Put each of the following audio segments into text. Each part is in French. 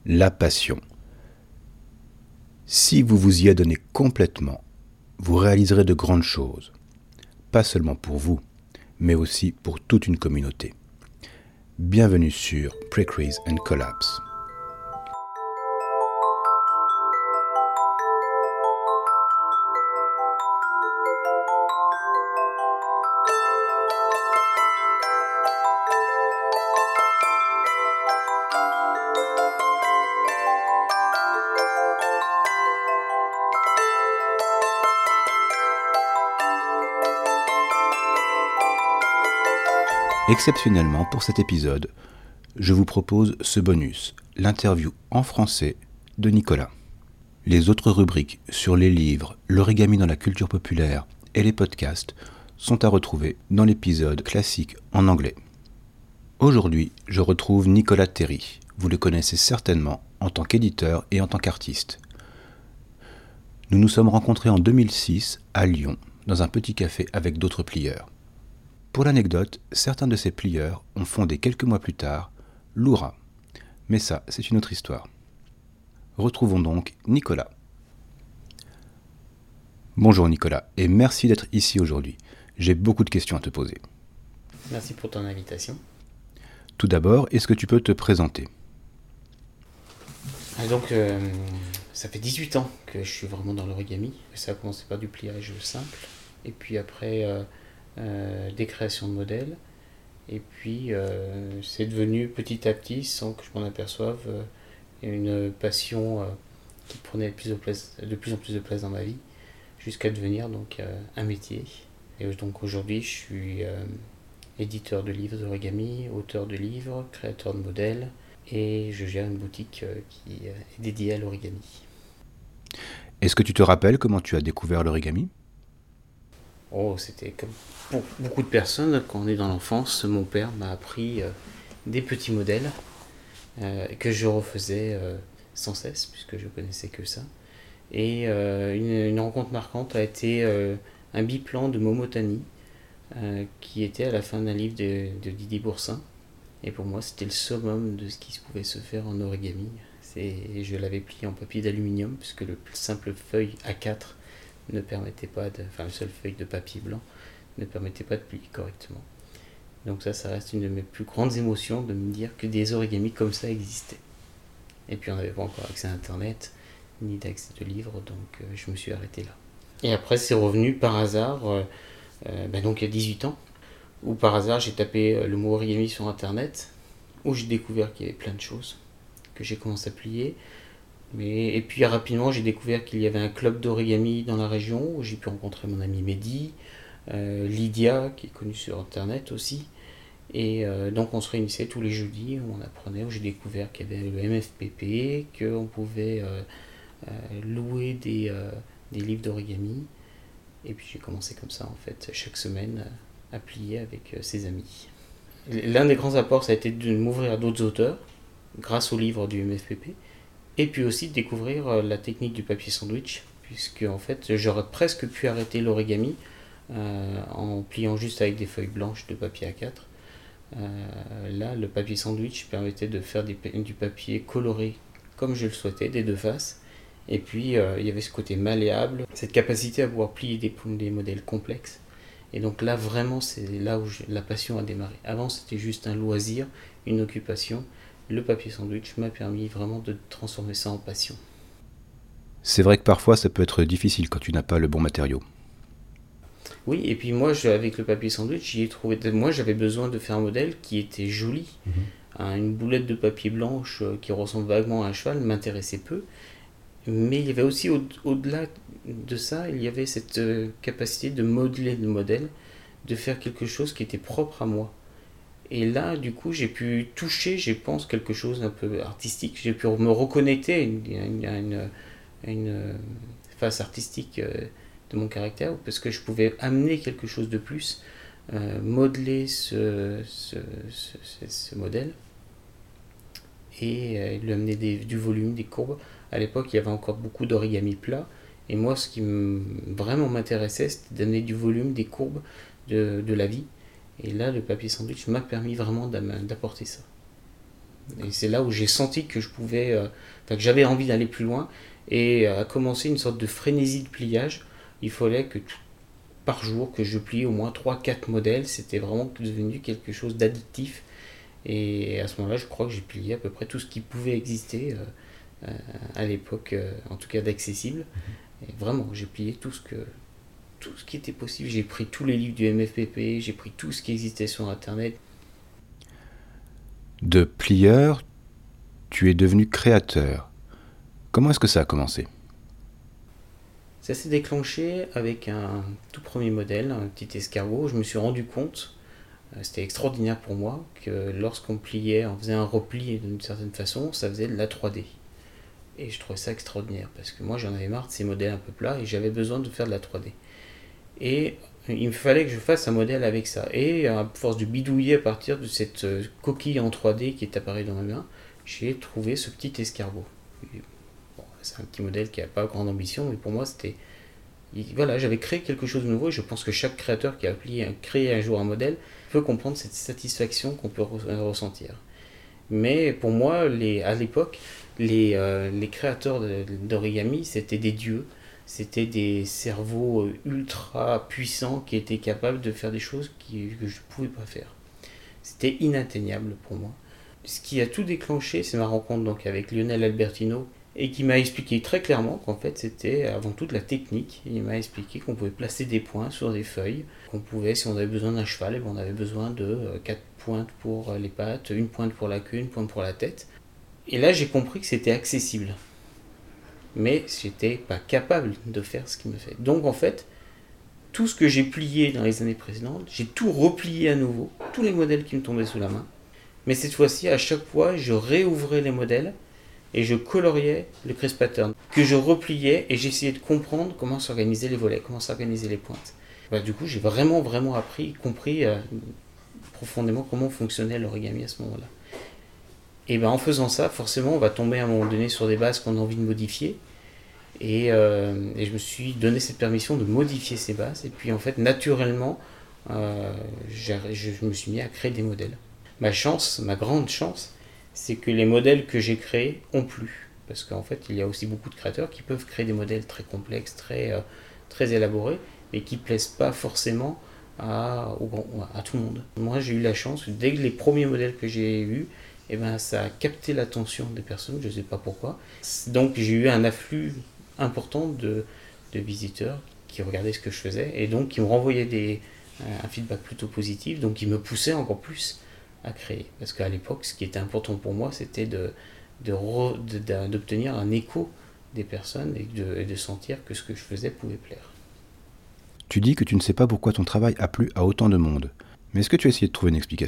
la passion. Si vous vous y adonnez complètement, vous réaliserez de grandes choses, pas seulement pour vous, mais aussi pour toute une communauté. Bienvenue sur Precrease and Collapse. Exceptionnellement pour cet épisode, je vous propose ce bonus, l'interview en français de Nicolas. Les autres rubriques sur les livres, l'origami dans la culture populaire et les podcasts sont à retrouver dans l'épisode classique en anglais. Aujourd'hui, je retrouve Nicolas Terry. Vous le connaissez certainement en tant qu'éditeur et en tant qu'artiste. Nous nous sommes rencontrés en 2006 à Lyon, dans un petit café avec d'autres plieurs. Pour l'anecdote, certains de ces plieurs ont fondé quelques mois plus tard Loura. Mais ça, c'est une autre histoire. Retrouvons donc Nicolas. Bonjour Nicolas, et merci d'être ici aujourd'hui. J'ai beaucoup de questions à te poser. Merci pour ton invitation. Tout d'abord, est-ce que tu peux te présenter ? Donc, ça fait 18 ans que je suis vraiment dans l'origami. Ça a commencé par du pliage simple, et puis après des créations de modèles. Et puis, c'est devenu petit à petit, sans que je m'en aperçoive, une passion qui prenait de plus en plus de place dans ma vie, jusqu'à devenir donc un métier. Et donc aujourd'hui, je suis éditeur de livres d'origami, auteur de livres, créateur de modèles, et je gère une boutique qui est dédiée à l'origami. Est-ce que tu te rappelles comment tu as découvert l'origami ? C'était comme pour beaucoup de personnes, quand on est dans l'enfance, mon père m'a appris des petits modèles que je refaisais sans cesse, puisque je ne connaissais que ça. Et une rencontre marquante a été un biplan de Momotani, qui était à la fin d'un livre de Didier Boursin. Et pour moi, c'était le summum de ce qui pouvait se faire en origami. Je l'avais plié en papier d'aluminium, puisque le simple feuille A4 ne permettait pas la seule feuille de papier blanc ne permettait pas de plier correctement. Donc ça reste une de mes plus grandes émotions, de me dire que des origamis comme ça existaient. Et puis on n'avait pas encore accès à Internet, ni d'accès de livres, donc je me suis arrêté là. Et après c'est revenu par hasard, donc il y a 18 ans, où par hasard j'ai tapé le mot origami sur Internet, où j'ai découvert qu'il y avait plein de choses, que j'ai commencé à plier. Et puis rapidement j'ai découvert qu'il y avait un club d'origami dans la région, où j'ai pu rencontrer mon ami Mehdi, Lydia, qui est connue sur Internet aussi. Et donc on se réunissait tous les jeudis, où on apprenait, où j'ai découvert qu'il y avait le MFPP, qu'on pouvait louer des livres d'origami. Et puis j'ai commencé comme ça en fait, chaque semaine à plier avec ses amis. L'un des grands apports, ça a été de m'ouvrir à d'autres auteurs, grâce aux livres du MFPP. Et puis aussi de découvrir la technique du papier sandwich, puisque en fait j'aurais presque pu arrêter l'origami en pliant juste avec des feuilles blanches de papier A4. Là, le papier sandwich permettait de faire du papier coloré comme je le souhaitais, des deux faces. Et puis il y avait ce côté malléable, cette capacité à pouvoir plier des modèles complexes. Et donc là, vraiment, c'est là où la passion a démarré. Avant, c'était juste un loisir, une occupation. Le papier sandwich m'a permis vraiment de transformer ça en passion. C'est vrai que parfois ça peut être difficile quand tu n'as pas le bon matériau. Oui, et puis moi, avec le papier sandwich, moi j'avais besoin de faire un modèle qui était joli. Une boulette de papier blanche qui ressemble vaguement à un cheval m'intéressait peu. Mais il y avait aussi, au-delà de ça, il y avait cette capacité de modeler le modèle, de faire quelque chose qui était propre à moi. Et là, du coup, j'ai pu toucher, je pense, quelque chose d'un peu artistique. J'ai pu me reconnecter à une face artistique de mon caractère, parce que je pouvais amener quelque chose de plus, modeler ce modèle, et lui amener du volume, des courbes. À l'époque, il y avait encore beaucoup d'origami plat, et moi, ce qui vraiment m'intéressait, c'était d'amener du volume, des courbes, de la vie. Et là, le papier sandwich m'a permis vraiment d'apporter ça. Et c'est là où j'ai senti que que j'avais envie d'aller plus loin et à commencer une sorte de frénésie de pliage. Il fallait que par jour que je plie au moins 3-4 modèles. C'était vraiment devenu quelque chose d'addictif. Et à ce moment-là, je crois que j'ai plié à peu près tout ce qui pouvait exister à l'époque, en tout cas d'accessible. Et vraiment, j'ai plié tout ce qui était possible. J'ai pris tous les livres du MFPP, j'ai pris tout ce qui existait sur Internet. De plieur, tu es devenu créateur. Comment est-ce que ça a commencé ? Ça s'est déclenché avec un tout premier modèle, un petit escargot. Je me suis rendu compte, c'était extraordinaire pour moi, que lorsqu'on pliait, on faisait un repli d'une certaine façon, ça faisait de la 3D. Et je trouvais ça extraordinaire, parce que moi j'en avais marre de ces modèles un peu plats, et j'avais besoin de faire de la 3D. Et il me fallait que je fasse un modèle avec ça. Et à force de bidouiller à partir de cette coquille en 3D qui est apparue dans ma main, j'ai trouvé ce petit escargot. Et bon, c'est un petit modèle qui n'a pas grande ambition, mais pour moi c'était... Voilà, j'avais créé quelque chose de nouveau et je pense que chaque créateur qui a créé un jour un modèle peut comprendre cette satisfaction qu'on peut ressentir. Mais pour moi, à l'époque, les créateurs d'origami, c'était des dieux. C'était des cerveaux ultra puissants qui étaient capables de faire des choses que je ne pouvais pas faire. C'était inatteignable pour moi. Ce qui a tout déclenché, c'est ma rencontre donc avec Lionel Albertino, et qui m'a expliqué très clairement qu'en fait c'était avant tout de la technique. Il m'a expliqué qu'on pouvait placer des points sur des feuilles, qu'on pouvait, si on avait besoin d'un cheval, et on avait besoin de 4 pointes pour les pattes, une pointe pour la queue, une pointe pour la tête. Et là j'ai compris que c'était accessible. Mais j'étais pas capable de faire ce qu'il me fait. Donc en fait, tout ce que j'ai plié dans les années précédentes, j'ai tout replié à nouveau, tous les modèles qui me tombaient sous la main. Mais cette fois-ci, à chaque fois, je réouvrais les modèles et je coloriais le crisp pattern, que je repliais et j'essayais de comprendre comment s'organisaient les volets, comment s'organisaient les pointes. Du coup, j'ai vraiment compris profondément comment fonctionnait l'origami à ce moment-là. Et en faisant ça, forcément, on va tomber à un moment donné sur des bases qu'on a envie de modifier. Et je me suis donné cette permission de modifier ces bases. Et puis en fait, naturellement, je me suis mis à créer des modèles. Ma grande chance, c'est que les modèles que j'ai créés ont plu. Parce qu'en fait, il y a aussi beaucoup de créateurs qui peuvent créer des modèles très complexes, très élaborés, mais qui ne plaisent pas forcément à tout le monde. Moi, j'ai eu la chance, dès que les premiers modèles que j'ai eus, ça a capté l'attention des personnes, je ne sais pas pourquoi. Donc j'ai eu un afflux important de visiteurs qui regardaient ce que je faisais et donc qui me renvoyaient un feedback plutôt positif, donc qui me poussaient encore plus à créer. Parce qu'à l'époque, ce qui était important pour moi, c'était d'obtenir un écho des personnes et de sentir que ce que je faisais pouvait plaire. Tu dis que tu ne sais pas pourquoi ton travail a plu à autant de monde, mais est-ce que tu as essayé de trouver une explication ?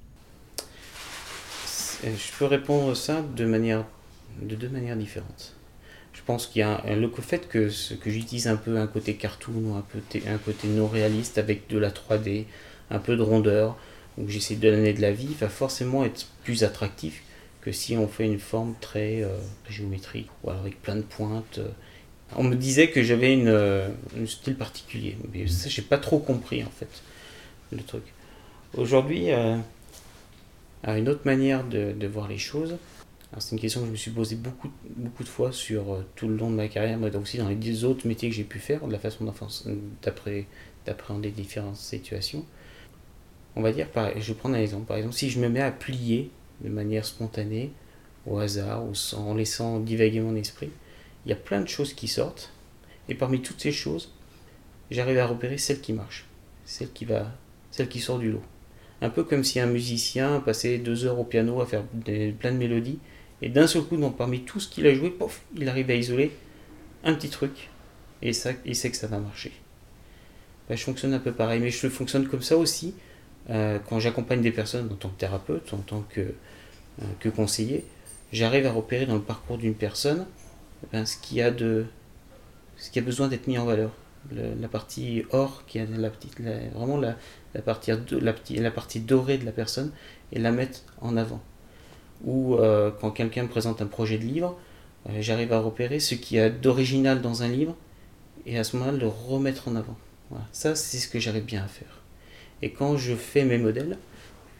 Je peux répondre à ça de deux manières différentes. Je pense qu'il y a le fait que j'utilise un peu un côté cartoon ou un côté non réaliste avec de la 3D, un peu de rondeur, où j'essaie de donner de la vie, va forcément être plus attractif que si on fait une forme très géométrique ou alors avec plein de pointes. On me disait que j'avais un style particulier, mais ça j'ai pas trop compris en fait le truc. Aujourd'hui, une autre manière de voir les choses. Alors, c'est une question que je me suis posée beaucoup de fois sur tout le long de ma carrière, mais aussi dans les autres métiers que j'ai pu faire, de la façon d'appréhender différentes situations. On va dire, je vais prendre un exemple. Par exemple, si je me mets à plier de manière spontanée, au hasard, ou en laissant divaguer mon esprit, il y a plein de choses qui sortent, et parmi toutes ces choses, j'arrive à repérer celle qui marche, celle qui sort du lot. Un peu comme si un musicien passait 2 heures au piano à faire plein de mélodies, et d'un seul coup, parmi tout ce qu'il a joué, pof, il arrive à isoler un petit truc, et ça, il sait que ça va marcher. Je fonctionne un peu pareil, mais je fonctionne comme ça aussi quand j'accompagne des personnes en tant que thérapeute, en tant que conseiller. J'arrive à repérer dans le parcours d'une personne ce qui a besoin d'être mis en valeur. La partie or, qui a vraiment la partie dorée de la personne, et la mettre en avant. Ou quand quelqu'un me présente un projet de livre, j'arrive à repérer ce qu'il y a d'original dans un livre, et à ce moment-là, le remettre en avant. Voilà. Ça, c'est ce que j'arrive bien à faire. Et quand je fais mes modèles,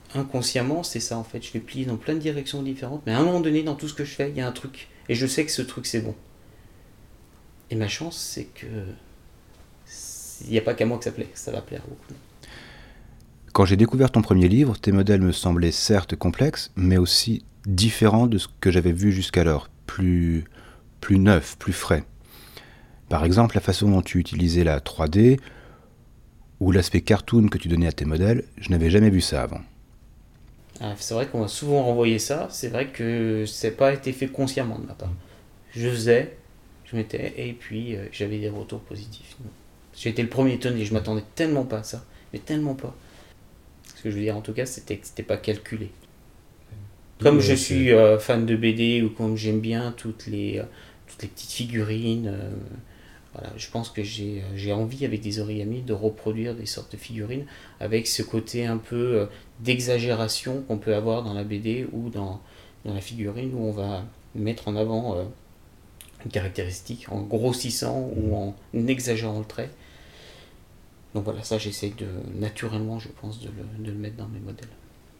inconsciemment, c'est ça en fait. Je vais plier dans plein de directions différentes, mais à un moment donné, dans tout ce que je fais, il y a un truc. Et je sais que ce truc, c'est bon. Et ma chance, c'est que il n'y a pas qu'à moi que ça plaît, ça va plaire beaucoup. Quand j'ai découvert ton premier livre, tes modèles me semblaient certes complexes, mais aussi différents de ce que j'avais vu jusqu'alors, plus neufs, plus frais. Par exemple, la façon dont tu utilisais la 3D ou l'aspect cartoon que tu donnais à tes modèles, je n'avais jamais vu ça avant. C'est vrai qu'on m'a souvent renvoyé ça, c'est vrai que ça n'a pas été fait consciemment de ma part. Je faisais, je mettais, et puis j'avais des retours positifs. J'ai été le premier étonné, je m'attendais tellement pas à ça, mais tellement pas. Ce que je veux dire en tout cas, c'était que c'était pas calculé. Comme je suis fan de BD ou comme j'aime bien toutes les petites figurines, voilà, je pense que j'ai envie avec des origamis de reproduire des sortes de figurines avec ce côté un peu d'exagération qu'on peut avoir dans la BD ou dans la figurine où on va mettre en avant une caractéristique en grossissant ou en exagérant le trait. Donc voilà, ça j'essaie de naturellement, je pense, de le mettre dans mes modèles.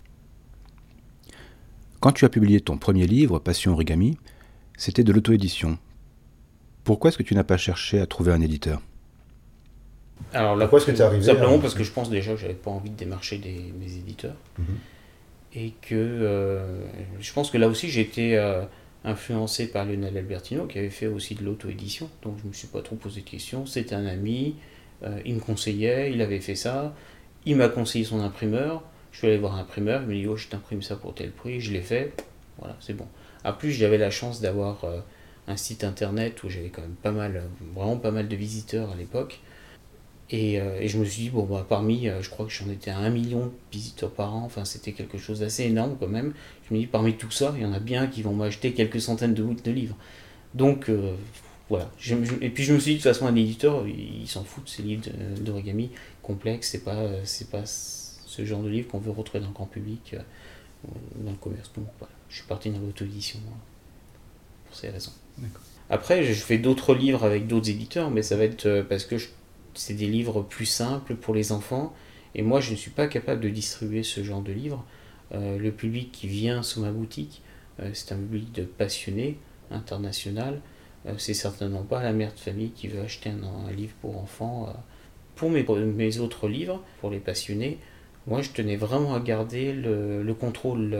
Quand tu as publié ton premier livre, Passion Origami, c'était de l'auto-édition. Pourquoi est-ce que tu n'as pas cherché à trouver un éditeur ? Alors là, pourquoi est-ce que tu es arrivé simplement parce que je pense déjà que j'avais pas envie de démarcher mes éditeurs. Et que je pense que là aussi j'ai été influencé par Lionel Albertino qui avait fait aussi de l'auto-édition. Donc je me suis pas trop posé de questions. C'était un ami, il me conseillait, il avait fait ça. Il m'a conseillé son imprimeur. Je suis allé voir un imprimeur, il m'a dit oh je t'imprime ça pour tel prix, je l'ai fait. Voilà, c'est bon. En plus j'avais la chance d'avoir un site internet où j'avais quand même vraiment pas mal de visiteurs à l'époque. Et je me suis dit, bon, bah, je crois que j'en étais à 1 million de visiteurs par an, enfin c'était quelque chose d'assez énorme quand même. Je me dis, parmi tout ça, il y en a bien qui vont m'acheter quelques centaines de livres. Donc voilà. Et puis je me suis dit, de toute façon, un éditeur, il s'en fout de ces livres d'origami complexes, c'est pas ce genre de livre qu'on veut retrouver dans le grand public, dans le commerce. Donc voilà, je suis parti dans l'auto-édition pour ces raisons. D'accord. Après, je fais d'autres livres avec d'autres éditeurs, mais ça va être parce que c'est des livres plus simples pour les enfants et moi je ne suis pas capable de distribuer ce genre de livres. Le public qui vient sur ma boutique, c'est un public de passionnés international. C'est certainement pas la mère de famille qui veut acheter un livre pour enfants. Pour mes autres livres, pour les passionnés, moi je tenais vraiment à garder le contrôle.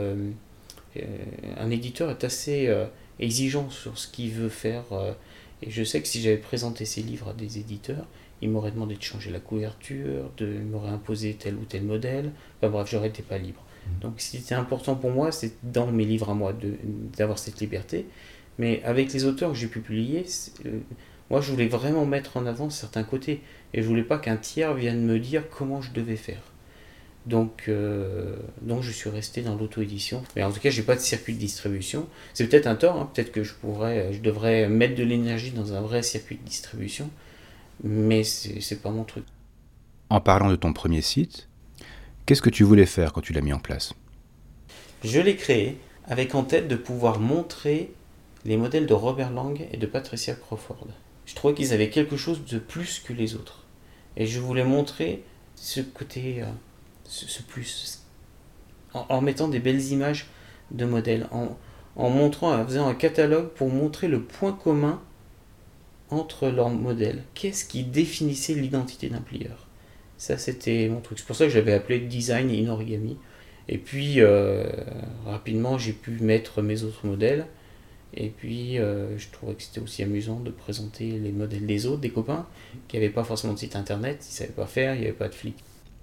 Un éditeur est assez exigeant sur ce qu'il veut faire et je sais que si j'avais présenté ces livres à des éditeurs, il m'aurait demandé de changer la couverture, il m'aurait imposé tel ou tel modèle. Enfin bref, j'aurais été pas libre. Donc ce qui était important pour moi, c'est dans mes livres à moi d'avoir cette liberté. Mais avec les auteurs que j'ai pu publier, moi je voulais vraiment mettre en avant certains côtés. Et je voulais pas qu'un tiers vienne me dire comment je devais faire. Donc je suis resté dans l'auto-édition. Mais en tout cas, j'ai pas de circuit de distribution. C'est peut-être un tort, hein. Peut-être que je devrais mettre de l'énergie dans un vrai circuit de distribution. Mais c'est pas mon truc. En parlant de ton premier site, qu'est-ce que tu voulais faire quand tu l'as mis en place ? Je l'ai créé avec en tête de pouvoir montrer les modèles de Robert Lang et de Patricia Crawford. Je trouvais qu'ils avaient quelque chose de plus que les autres. Et je voulais montrer ce côté, ce plus, en mettant des belles images de modèles, en faisant un catalogue pour montrer le point commun entre leurs modèles. Qu'est-ce qui définissait l'identité d'un plieur ? Ça, c'était mon truc. C'est pour ça que j'avais appelé Design in Origami. Et puis, rapidement, j'ai pu mettre mes autres modèles. Et puis, je trouvais que c'était aussi amusant de présenter les modèles des autres, des copains, qui n'avaient pas forcément de site internet, ils ne savaient pas faire, il n'y avait pas de flic.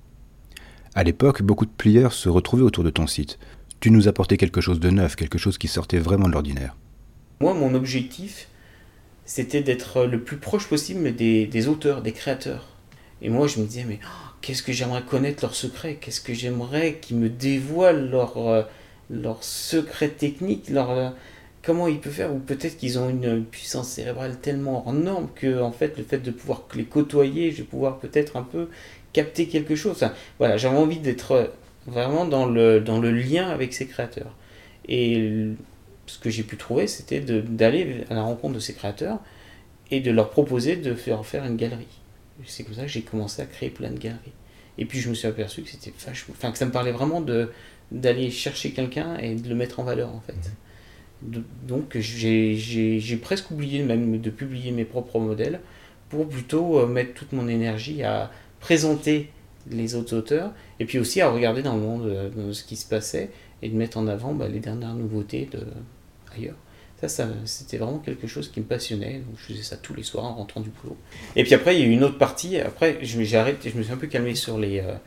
À l'époque, beaucoup de plieurs se retrouvaient autour de ton site. Tu nous apportais quelque chose de neuf, quelque chose qui sortait vraiment de l'ordinaire. Moi, mon objectif, c'était d'être le plus proche possible des auteurs, des créateurs. Et moi, je me disais, mais qu'est-ce que j'aimerais connaître leurs secrets ? Qu'est-ce que j'aimerais qu'ils me dévoilent leurs secrets techniques, comment ils peuvent faire ? Ou peut-être qu'ils ont une puissance cérébrale tellement hors norme que, en fait, le fait de pouvoir les côtoyer, je vais pouvoir peut-être un peu capter quelque chose. Enfin, voilà, j'avais envie d'être vraiment dans le lien avec ces créateurs. Et ce que j'ai pu trouver, c'était d'aller à la rencontre de ces créateurs et de leur proposer de faire une galerie. C'est comme ça que j'ai commencé à créer plein de galeries. Et puis je me suis aperçu que c'était que ça me parlait vraiment de d'aller chercher quelqu'un et de le mettre en valeur en fait. Donc j'ai presque oublié même de publier mes propres modèles pour plutôt mettre toute mon énergie à présenter les autres auteurs et puis aussi à regarder dans le monde ce qui se passait et de mettre en avant les dernières nouveautés ailleurs. Ça, c'était vraiment quelque chose qui me passionnait, donc je faisais ça tous les soirs en rentrant du boulot. Et puis après, il y a eu une autre partie, après j'ai arrêté, je me suis un peu calmé sur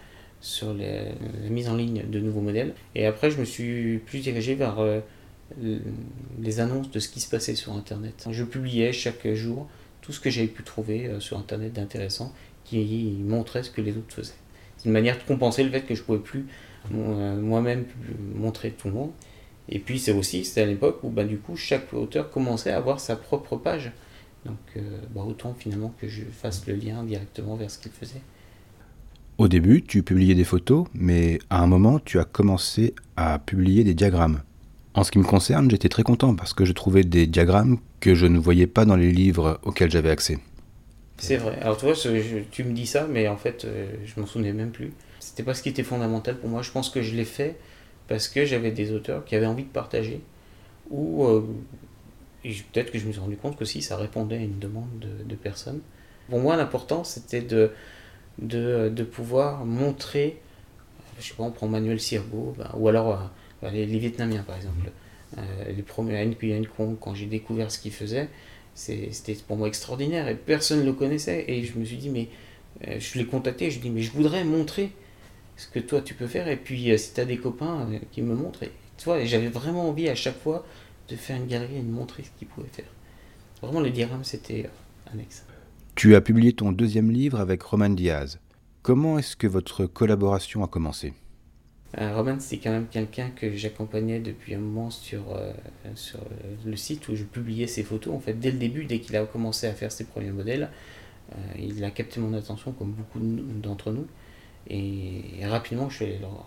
la mise en ligne de nouveaux modèles, et après je me suis plus dirigé vers les annonces de ce qui se passait sur Internet. Je publiais chaque jour tout ce que j'avais pu trouver sur Internet d'intéressant qui montrait ce que les autres faisaient. C'est une manière de compenser le fait que je ne pouvais plus moi-même montrer tout le monde. Et puis c'était à l'époque où du coup chaque auteur commençait à avoir sa propre page. Donc autant finalement que je fasse le lien directement vers ce qu'il faisait. Au début, tu publiais des photos, mais à un moment, tu as commencé à publier des diagrammes. En ce qui me concerne, j'étais très content parce que je trouvais des diagrammes que je ne voyais pas dans les livres auxquels j'avais accès. C'est vrai. Alors tu vois, tu me dis ça, mais en fait, je m'en souvenais même plus. C'était pas ce qui était fondamental pour moi. Je pense que je l'ai fait parce que j'avais des auteurs qui avaient envie de partager, ou peut-être que je me suis rendu compte que si ça répondait à une demande de personnes. Pour moi, l'important, c'était de pouvoir montrer, je sais pas, on prend Manuel Sirgo, ou alors les Vietnamiens par exemple. Les premiers Nguyen Quong, quand j'ai découvert ce qu'ils faisaient, c'était pour moi extraordinaire et personne ne le connaissait. Et je me suis dit, mais je l'ai contacté, je lui ai dit, mais je voudrais montrer ce que toi tu peux faire. Et puis si tu as des copains qui me montrent, et j'avais vraiment envie à chaque fois de faire une galerie et de montrer ce qu'ils pouvaient faire. Vraiment, les diagrammes, c'était annexe. Tu as publié ton deuxième livre avec Roman Diaz. Comment est-ce que votre collaboration a commencé ? Roman, c'est quand même quelqu'un que j'accompagnais depuis un moment sur le site où je publiais ses photos. En fait, dès le début, dès qu'il a commencé à faire ses premiers modèles, il a capté mon attention comme beaucoup d'entre nous. Et rapidement, je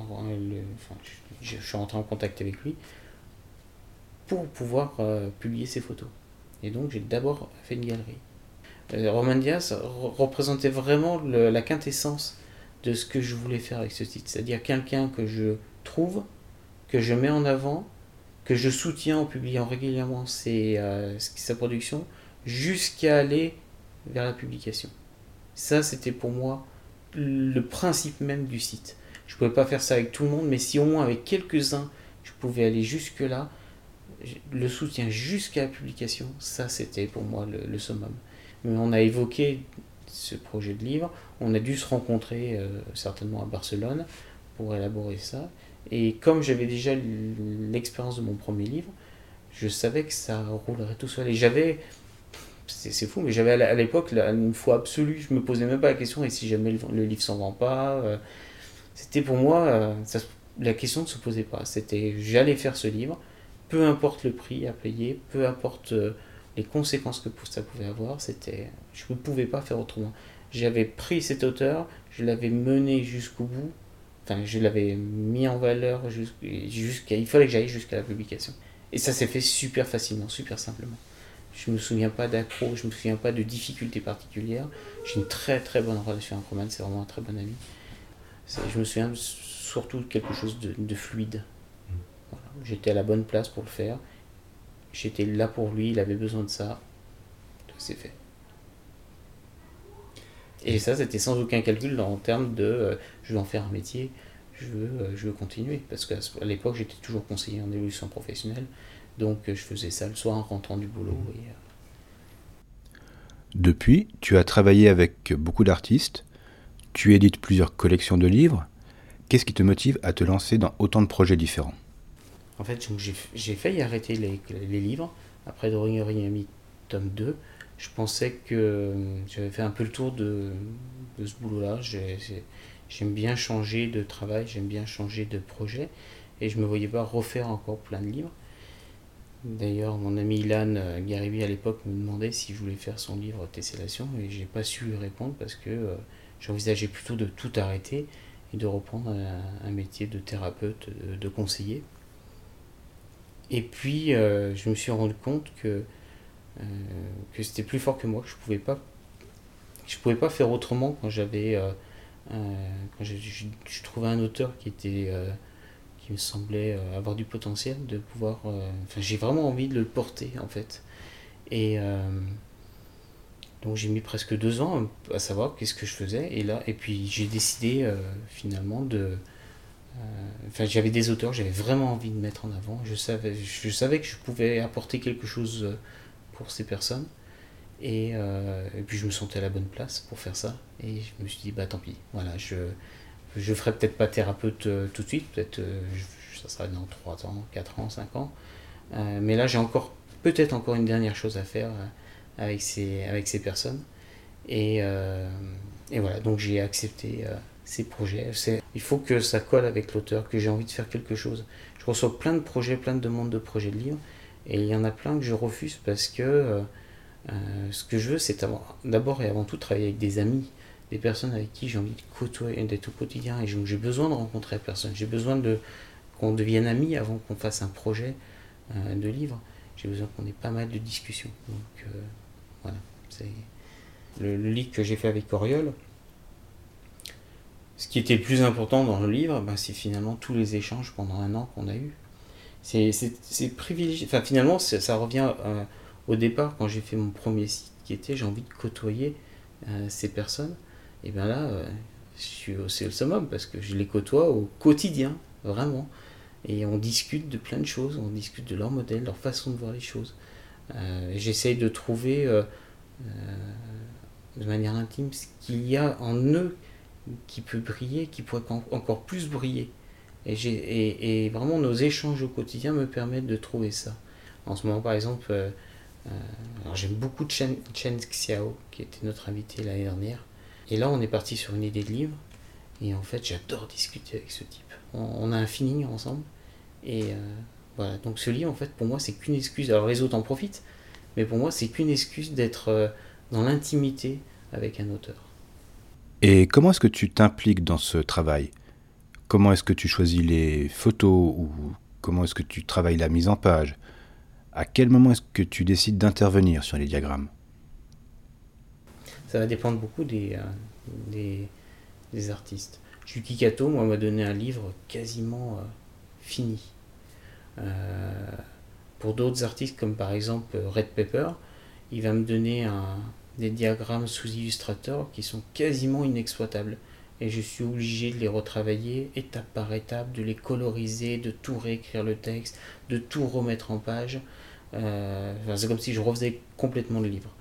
suis rentré en contact avec lui pour pouvoir publier ses photos. Et donc, j'ai d'abord fait une galerie. Roman Diaz représentait vraiment la quintessence de ce que je voulais faire avec ce titre. C'est-à-dire quelqu'un que je trouve, que je mets en avant, que je soutiens en publiant régulièrement sa production, jusqu'à aller vers la publication. Ça, c'était pour moi le principe même du site. Je ne pouvais pas faire ça avec tout le monde, mais si au moins avec quelques-uns, je pouvais aller jusque-là, le soutien jusqu'à la publication, ça, c'était pour moi le summum. Mais on a évoqué ce projet de livre, on a dû se rencontrer certainement à Barcelone pour élaborer ça. Et comme j'avais déjà l'expérience de mon premier livre, je savais que ça roulerait tout seul. Et c'est fou, mais j'avais à l'époque une foi absolue, je me posais même pas la question, et si jamais le livre s'en vend pas, c'était pour moi, la question ne se posait pas. C'était, j'allais faire ce livre, peu importe le prix à payer, peu importe les conséquences que ça pouvait avoir, je ne pouvais pas faire autrement. J'avais pris cet auteur, je l'avais mené jusqu'au bout, je l'avais mis en valeur, il fallait que j'aille jusqu'à la publication. Et ça s'est fait super facilement, super simplement. Je ne me souviens pas d'accro, je ne me souviens pas de difficultés particulières. J'ai une très très bonne relation avec Roman, c'est vraiment un très bon ami. Je me souviens surtout de quelque chose de fluide. Voilà. J'étais à la bonne place pour le faire. J'étais là pour lui, il avait besoin de ça. C'est fait. Et ça, c'était sans aucun calcul en termes de je veux en faire un métier, je veux continuer. Parce qu'à l'époque, j'étais toujours conseiller en évolution professionnelle. Donc je faisais ça le soir en rentrant du boulot. Depuis, tu as travaillé avec beaucoup d'artistes, tu édites plusieurs collections de livres. Qu'est-ce qui te motive à te lancer dans autant de projets différents ? En fait, j'ai failli arrêter les livres. Après Drawing Origami tome 2, je pensais que j'avais fait un peu le tour de ce boulot-là. J'aime bien changer de travail, j'aime bien changer de projet. Et je ne me voyais pas refaire encore plein de livres. D'ailleurs, mon ami Ilan Garibi à l'époque me demandait si je voulais faire son livre Tessellation et j'ai pas su lui répondre parce que j'envisageais plutôt de tout arrêter et de reprendre un métier de thérapeute, de conseiller. Et puis, je me suis rendu compte que c'était plus fort que moi, que je pouvais pas faire autrement quand je trouvais un auteur qui qui me semblait avoir du potentiel de pouvoir... j'ai vraiment envie de le porter en fait. Et donc j'ai mis presque 2 ans à savoir qu'est-ce que je faisais. Et puis j'ai décidé finalement de... j'avais des auteurs, j'avais vraiment envie de mettre en avant. Je savais que je pouvais apporter quelque chose pour ces personnes. Et puis je me sentais à la bonne place pour faire ça. Et je me suis dit, bah tant pis, voilà, je ferai peut-être pas thérapeute tout de suite, peut-être ça sera dans 3 ans, 4 ans, 5 ans. Mais là, j'ai peut-être encore une dernière chose à faire avec ces personnes. Et voilà, donc j'ai accepté ces projets. Il faut que ça colle avec l'auteur, que j'ai envie de faire quelque chose. Je reçois plein de projets, plein de demandes de projets de livres, et il y en a plein que je refuse parce que ce que je veux, c'est d'abord et avant tout travailler avec des amis, des personnes avec qui j'ai envie de côtoyer, d'être au quotidien. Et j'ai besoin de rencontrer la personne. J'ai besoin qu'on devienne amis avant qu'on fasse un projet de livre. J'ai besoin qu'on ait pas mal de discussions. Donc voilà, c'est le livre que j'ai fait avec Oriol. Ce qui était le plus important dans le livre, c'est finalement tous les échanges pendant 1 an qu'on a eu. C'est privilégié. Enfin, finalement, ça revient au départ quand j'ai fait mon premier site, qui était j'ai envie de côtoyer ces personnes. Et bien là, c'est le summum parce que je les côtoie au quotidien, vraiment. Et on discute de plein de choses, on discute de leur modèle, leur façon de voir les choses. J'essaye de trouver de manière intime ce qu'il y a en eux qui peut briller, qui pourrait encore plus briller. Et vraiment, nos échanges au quotidien me permettent de trouver ça. En ce moment, par exemple, alors j'aime beaucoup Chen Xiao, qui était notre invité l'année dernière. Et là, on est parti sur une idée de livre. Et en fait, j'adore discuter avec ce type. On a un feeling ensemble. Et voilà. Donc ce livre, en fait, pour moi, c'est qu'une excuse. Alors les autres en profitent, mais pour moi, c'est qu'une excuse d'être dans l'intimité avec un auteur. Et comment est-ce que tu t'impliques dans ce travail ? Comment est-ce que tu choisis les photos ou comment est-ce que tu travailles la mise en page ? À quel moment est-ce que tu décides d'intervenir sur les diagrammes ? Ça va dépendre beaucoup des artistes. Yuki Kato, moi, m'a donné un livre quasiment fini. Pour d'autres artistes, comme par exemple Red Pepper, il va me donner des diagrammes sous Illustrator qui sont quasiment inexploitables. Et je suis obligé de les retravailler étape par étape, de les coloriser, de tout réécrire le texte, de tout remettre en page. C'est comme si je refaisais complètement le livre.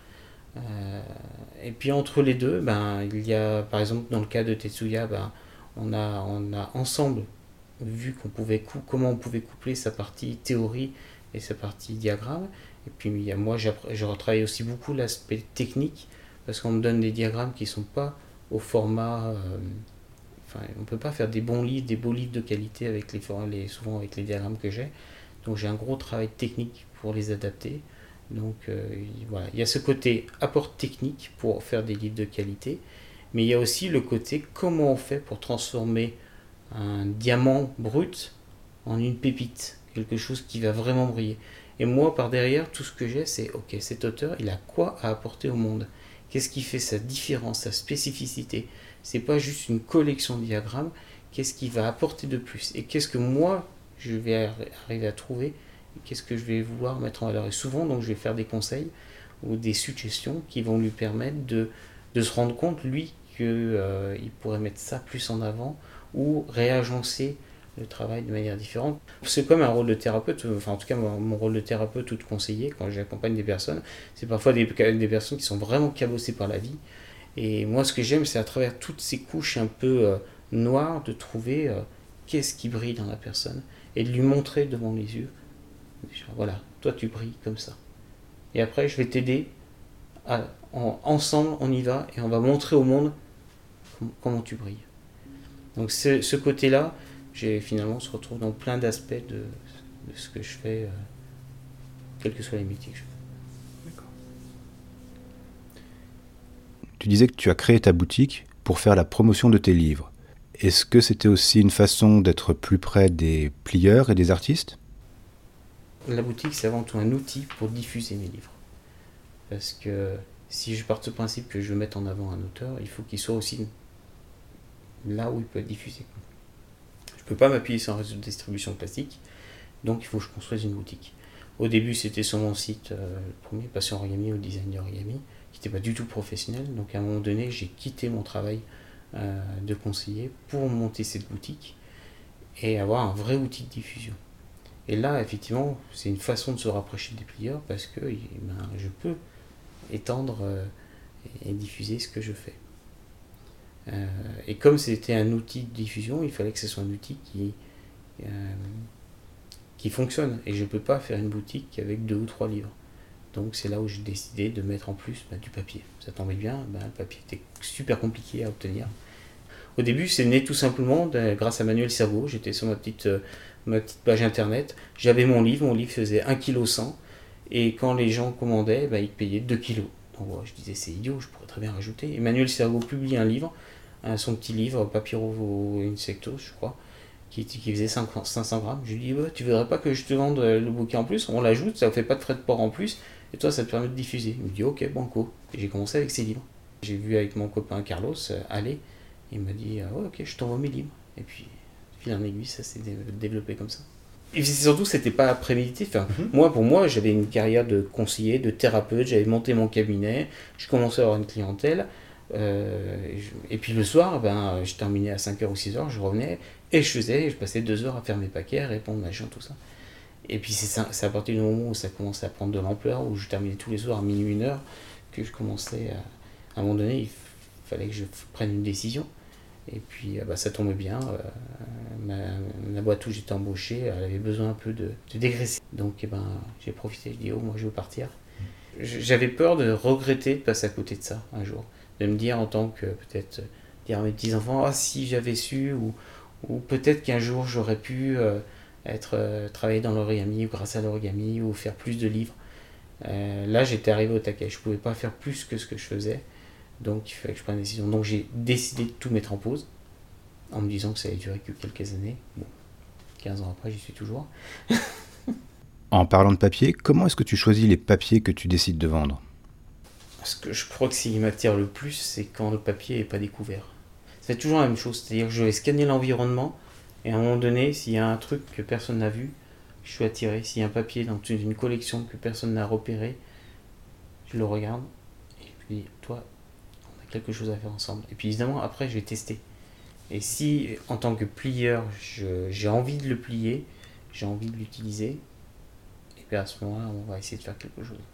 Et puis entre les deux, il y a par exemple dans le cas de Tetsuya, on a ensemble vu comment on pouvait coupler sa partie théorie et sa partie diagramme. Et puis moi je retravaille aussi beaucoup l'aspect technique parce qu'on me donne des diagrammes qui ne sont pas au format... on ne peut pas faire des beaux livres de qualité souvent avec les diagrammes que j'ai. Donc j'ai un gros travail technique pour les adapter. Donc voilà, il y a ce côté apport technique pour faire des livres de qualité, mais il y a aussi le côté comment on fait pour transformer un diamant brut en une pépite, quelque chose qui va vraiment briller. Et moi, par derrière, tout ce que j'ai, c'est ok, cet auteur, il a quoi à apporter au monde ? Qu'est-ce qui fait sa différence, sa spécificité ? C'est pas juste une collection de diagrammes, qu'est-ce qu'il va apporter de plus ? Et qu'est-ce que moi, je vais arriver à trouver ? Qu'est-ce que je vais vouloir mettre en valeur ? Et souvent, donc, je vais faire des conseils ou des suggestions qui vont lui permettre de se rendre compte, lui, qu'il pourrait mettre ça plus en avant ou réagencer le travail de manière différente. C'est comme un rôle de thérapeute, en tout cas mon rôle de thérapeute ou de conseiller quand j'accompagne des personnes, c'est parfois des personnes qui sont vraiment cabossées par la vie. Et moi, ce que j'aime, c'est à travers toutes ces couches un peu noires, de trouver qu'est-ce qui brille dans la personne et de lui montrer devant les yeux. Voilà, toi tu brilles comme ça. Et après, je vais t'aider. Ensemble, on y va et on va montrer au monde comment tu brilles. Donc ce côté-là, finalement, se retrouve dans plein d'aspects de ce que je fais, quels que soient les métiers que je fais. D'accord. Tu disais que tu as créé ta boutique pour faire la promotion de tes livres. Est-ce que c'était aussi une façon d'être plus près des plieurs et des artistes ? La boutique, c'est avant tout un outil pour diffuser mes livres. Parce que si je pars de ce principe que je veux mettre en avant un auteur, il faut qu'il soit aussi là où il peut être diffusé. Je ne peux pas m'appuyer sur un réseau de distribution classique, donc il faut que je construise une boutique. Au début, c'était sur mon site, le premier, Passion Origami ou Design d'Origami, qui n'était pas du tout professionnel. Donc à un moment donné, j'ai quitté mon travail de conseiller pour monter cette boutique et avoir un vrai outil de diffusion. Et là, effectivement, c'est une façon de se rapprocher des plieurs parce que je peux étendre et diffuser ce que je fais. Et comme c'était un outil de diffusion, il fallait que ce soit un outil qui fonctionne. Et je ne peux pas faire une boutique avec 2 ou 3 livres. Donc c'est là où j'ai décidé de mettre en plus du papier. Ça tombait bien, le papier était super compliqué à obtenir. Au début, c'est né tout simplement grâce à Manuel Servaux. J'étais sur ma petite page internet. J'avais mon livre faisait 1,1 kg. Et quand les gens commandaient, ils payaient 2 kg. Donc je disais, c'est idiot, je pourrais très bien rajouter. Et Manuel Servaux publie un livre, son petit livre, Papyro Insectos, je crois, qui faisait 500 grammes. Je lui dis, tu voudrais pas que je te vende le bouquet en plus? On l'ajoute, ça ne fait pas de frais de port en plus. Et toi, ça te permet de diffuser. Il me dit, ok, banco. Et j'ai commencé avec ces livres. J'ai vu avec mon copain Carlos aller. Il m'a dit, ok, je t'envoie mes livres. Et puis, fil en aiguille, ça s'est développé comme ça. Et surtout, c'était pas prémédité. Pour moi, j'avais une carrière de conseiller, de thérapeute. J'avais monté mon cabinet. Je commençais à avoir une clientèle. Et puis le soir, je terminais à 5h ou 6h, je revenais et je passais 2 heures à faire mes paquets, à répondre, machin, tout ça. Et puis c'est à partir du moment où ça commençait à prendre de l'ampleur, où je terminais tous les soirs à minuit, 1h, que je commençais à un moment donné, il fallait que je prenne une décision. Et puis ça tombait bien, la boîte où j'étais embauché, elle avait besoin un peu de dégraisser. Donc j'ai profité, je dis, moi je veux partir. J'avais peur de regretter de passer à côté de ça un jour. De me dire en tant que, peut-être, dire à mes petits-enfants, si j'avais su, ou peut-être qu'un jour j'aurais pu travailler dans l'origami, ou grâce à l'origami, ou faire plus de livres. Là, j'étais arrivé au taquet, je ne pouvais pas faire plus que ce que je faisais, donc il fallait que je prenne une décision. Donc j'ai décidé de tout mettre en pause, en me disant que ça allait durer que quelques années. Bon, 15 ans après, j'y suis toujours. En parlant de papier, comment est-ce que tu choisis les papiers que tu décides de vendre ? Ce que je crois que ce qui m'attire le plus, c'est quand le papier n'est pas découvert. C'est toujours la même chose, c'est-à-dire que je vais scanner l'environnement, et à un moment donné, s'il y a un truc que personne n'a vu, je suis attiré. S'il y a un papier dans une collection que personne n'a repéré, je le regarde, et je dis, toi, on a quelque chose à faire ensemble. Et puis évidemment, après, je vais tester. Et si, en tant que plieur, j'ai envie de le plier, j'ai envie de l'utiliser, et bien à ce moment-là, on va essayer de faire quelque chose.